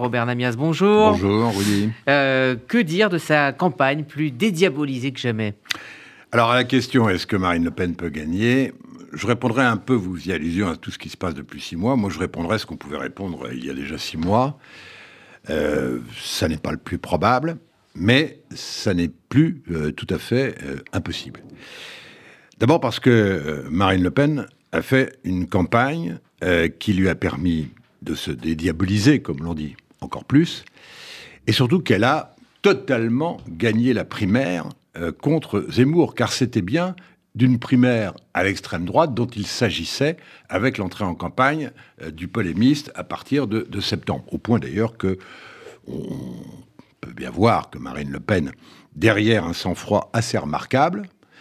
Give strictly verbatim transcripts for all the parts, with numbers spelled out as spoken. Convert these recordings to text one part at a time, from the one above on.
Robert Namias, bonjour. Bonjour, Rudy. Euh, que dire de sa campagne plus dédiabolisée que jamais ? Alors, à la question, est-ce que Marine Le Pen peut gagner ? Je répondrai un peu, vous faisiez allusion à tout ce qui se passe depuis six mois. Moi, je répondrai ce qu'on pouvait répondre il y a déjà six mois. Euh, ça n'est pas le plus probable, mais ça n'est plus euh, tout à fait euh, impossible. D'abord parce que euh, Marine Le Pen a fait une campagne euh, qui lui a permis de se dédiaboliser, comme l'on dit, encore plus, et surtout qu'elle a totalement gagné la primaire euh, contre Zemmour, car c'était bien d'une primaire à l'extrême droite dont il s'agissait avec l'entrée en campagne euh, du polémiste à partir de, de septembre. Au point d'ailleurs que on peut bien voir que Marine Le Pen, derrière un sang-froid assez remarquable,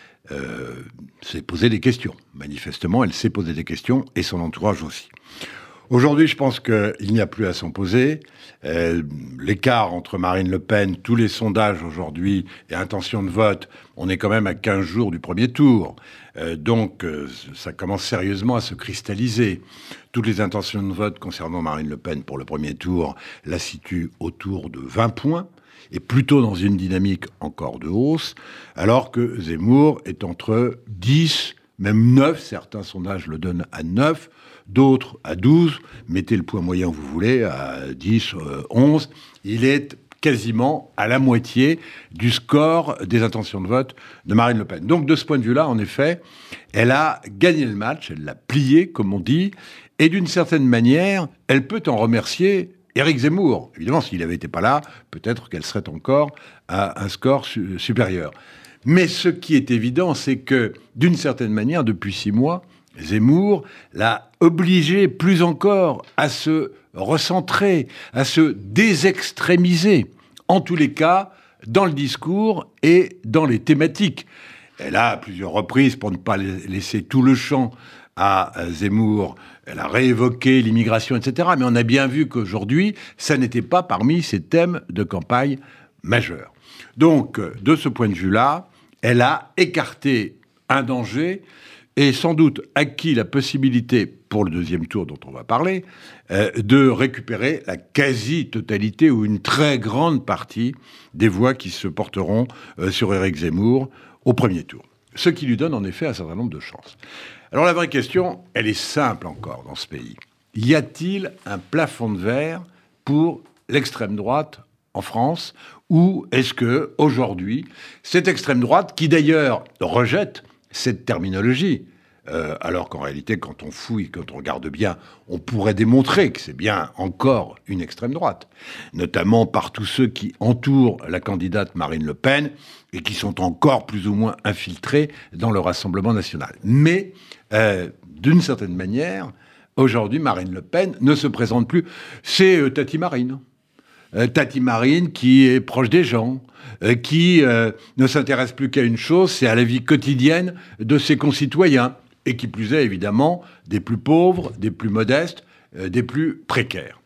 euh, s'est posé des questions. Manifestement, elle s'est posé des questions et son entourage aussi. Aujourd'hui, je pense qu'il n'y a plus à s'en poser. Euh, l'écart entre Marine Le Pen, tous les sondages aujourd'hui et intention de vote, on est quand même à quinze jours du premier tour. Euh, donc, euh, ça commence sérieusement à se cristalliser. Toutes les intentions de vote concernant Marine Le Pen pour le premier tour la situent autour de vingt points, et plutôt dans une dynamique encore de hausse, alors que Zemmour est entre dix, même neuf, certains sondages le donnent à neuf, d'autres à douze, mettez le point moyen où vous voulez, à dix, euh, onze, il est quasiment à la moitié du score des intentions de vote de Marine Le Pen. Donc de ce point de vue-là, en effet, elle a gagné le match, elle l'a plié, comme on dit, et d'une certaine manière, elle peut en remercier Éric Zemmour. Évidemment, s'il n'avait été pas là, peut-être qu'elle serait encore à un score su- supérieur. Mais ce qui est évident, c'est que, d'une certaine manière, depuis six mois, Zemmour l'a obligé plus encore à se recentrer, à se désextrémiser, en tous les cas, dans le discours et dans les thématiques. Elle a, à plusieurs reprises, pour ne pas laisser tout le champ à Zemmour, elle a réévoqué l'immigration, et cetera. Mais on a bien vu qu'aujourd'hui, ça n'était pas parmi ses thèmes de campagne majeurs. Donc, de ce point de vue-là, elle a écarté un danger et sans doute acquis la possibilité, pour le deuxième tour dont on va parler, euh, de récupérer la quasi-totalité ou une très grande partie des voix qui se porteront euh, sur Éric Zemmour au premier tour. Ce qui lui donne en effet un certain nombre de chances. Alors la vraie question, elle est simple encore dans ce pays. Y a-t-il un plafond de verre pour l'extrême droite en France, ou est-ce que aujourd'hui, cette extrême droite, qui d'ailleurs rejette cette terminologie, euh, alors qu'en réalité, quand on fouille, quand on regarde bien, on pourrait démontrer que c'est bien encore une extrême droite, notamment par tous ceux qui entourent la candidate Marine Le Pen et qui sont encore plus ou moins infiltrés dans le Rassemblement national. Mais, euh, d'une certaine manière, aujourd'hui, Marine Le Pen ne se présente plus. C'est euh, Tati Marine. Euh, Tati Marine qui est proche des gens, euh, qui euh, ne s'intéresse plus qu'à une chose, c'est à la vie quotidienne de ses concitoyens, et qui plus est évidemment des plus pauvres, des plus modestes, euh, des plus précaires.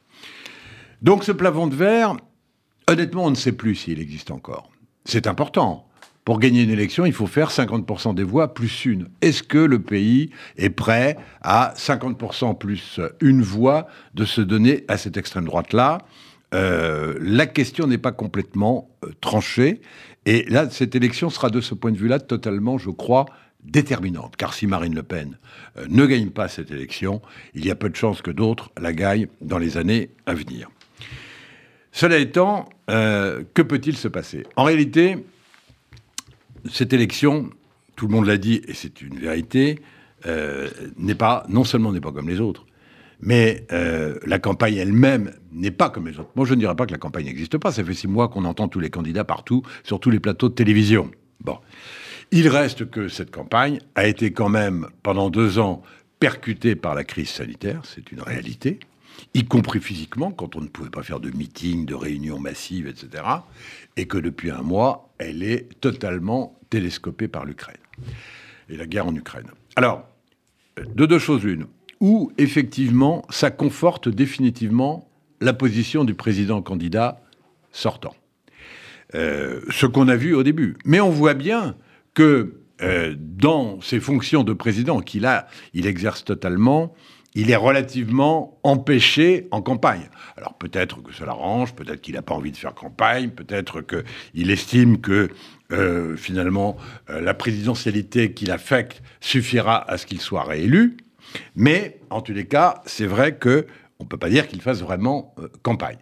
Donc ce plafond de verre, honnêtement, on ne sait plus s'il existe encore. C'est important. Pour gagner une élection, il faut faire cinquante pour cent des voix plus une. Est-ce que le pays est prêt à cinquante pour cent plus une voix de se donner à cette extrême droite-là ? Euh, la question n'est pas complètement euh, tranchée. Et là, cette élection sera de ce point de vue-là totalement, je crois, déterminante. Car si Marine Le Pen euh, ne gagne pas cette élection, il y a peu de chances que d'autres la gagnent dans les années à venir. Cela étant, euh, que peut-il se passer ? En réalité, cette élection, tout le monde l'a dit, et c'est une vérité, euh, n'est pas, non seulement n'est pas comme les autres, mais euh, la campagne elle-même n'est pas comme les autres. Moi, je ne dirais pas que la campagne n'existe pas. Ça fait six mois qu'on entend tous les candidats partout, sur tous les plateaux de télévision. Bon. Il reste que cette campagne a été quand même, pendant deux ans, percutée par la crise sanitaire. C'est une réalité. Y compris physiquement, quand on ne pouvait pas faire de meetings, de réunions massives, et cetera. Et que depuis un mois, elle est totalement télescopée par l'Ukraine. Et la guerre en Ukraine. Alors, de deux choses l'une. Où, effectivement, ça conforte définitivement la position du président candidat sortant. Euh, ce qu'on a vu au début. Mais on voit bien que euh, dans ses fonctions de président, qu'il a, il exerce totalement, il est relativement empêché en campagne. Alors peut-être que ça l'arrange, peut-être qu'il n'a pas envie de faire campagne, peut-être qu'il estime que euh, finalement euh, la présidentialité qu'il affecte suffira à ce qu'il soit réélu. Mais en tous les cas, c'est vrai qu'on ne peut pas dire qu'il fasse vraiment euh, campagne.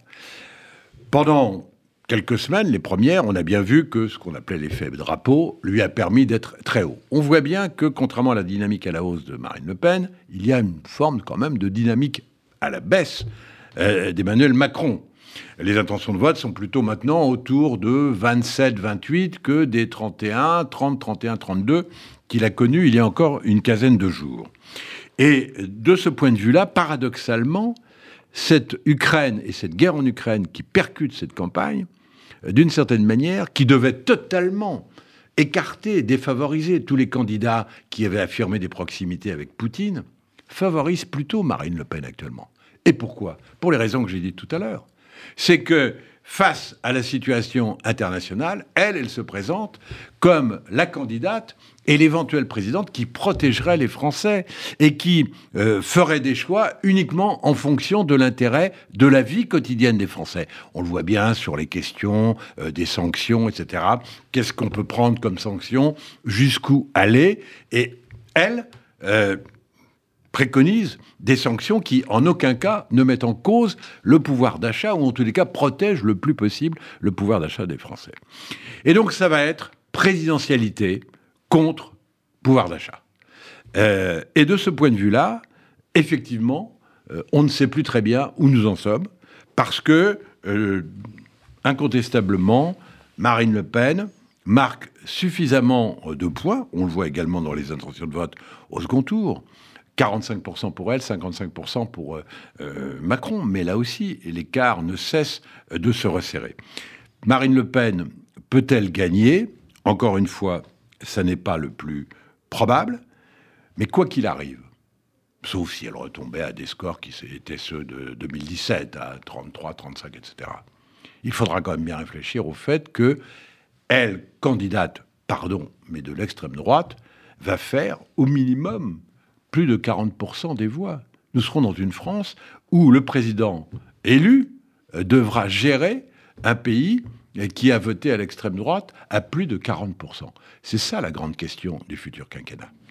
Pendant quelques semaines, les premières, on a bien vu que ce qu'on appelait l'effet drapeau lui a permis d'être très haut. On voit bien que, contrairement à la dynamique à la hausse de Marine Le Pen, il y a une forme quand même de dynamique à la baisse euh, d'Emmanuel Macron. Les intentions de vote sont plutôt maintenant autour de vingt-sept vingt-huit que des trente et un, trente, trente et un, trente-deux qu'il a connus il y a encore une quinzaine de jours. Et de ce point de vue-là, paradoxalement, cette Ukraine et cette guerre en Ukraine qui percute cette campagne, d'une certaine manière, qui devait totalement écarter, défavoriser tous les candidats qui avaient affirmé des proximités avec Poutine, favorise plutôt Marine Le Pen actuellement. Et pourquoi ? Pour les raisons que j'ai dites tout à l'heure. C'est que face à la situation internationale, elle, elle se présente comme la candidate et l'éventuelle présidente qui protégerait les Français et qui euh, ferait des choix uniquement en fonction de l'intérêt de la vie quotidienne des Français. On le voit bien sur les questions euh, des sanctions, et cetera. Qu'est-ce qu'on peut prendre comme sanction ? Jusqu'où aller ? Et elle euh, préconise des sanctions qui, en aucun cas, ne mettent en cause le pouvoir d'achat, ou en tous les cas protègent le plus possible le pouvoir d'achat des Français. Et donc ça va être présidentialité contre pouvoir d'achat. Euh, et de ce point de vue-là, effectivement, euh, on ne sait plus très bien où nous en sommes, parce que, euh, incontestablement, Marine Le Pen marque suffisamment de points, on le voit également dans les intentions de vote au second tour, quarante-cinq pour cent pour elle, cinquante-cinq pour cent pour euh, Macron. Mais là aussi, l'écart ne cesse de se resserrer. Marine Le Pen peut-elle gagner ? Encore une fois, ça n'est pas le plus probable. Mais quoi qu'il arrive, sauf si elle retombait à des scores qui étaient ceux de deux mille dix-sept, à trente-trois, trente-cinq, et cetera, il faudra quand même bien réfléchir au fait que elle, candidate, pardon, mais de l'extrême droite, va faire au minimum plus de quarante pour cent des voix. Nous serons dans une France où le président élu devra gérer un pays qui a voté à l'extrême droite à plus de quarante pour cent. C'est ça la grande question du futur quinquennat.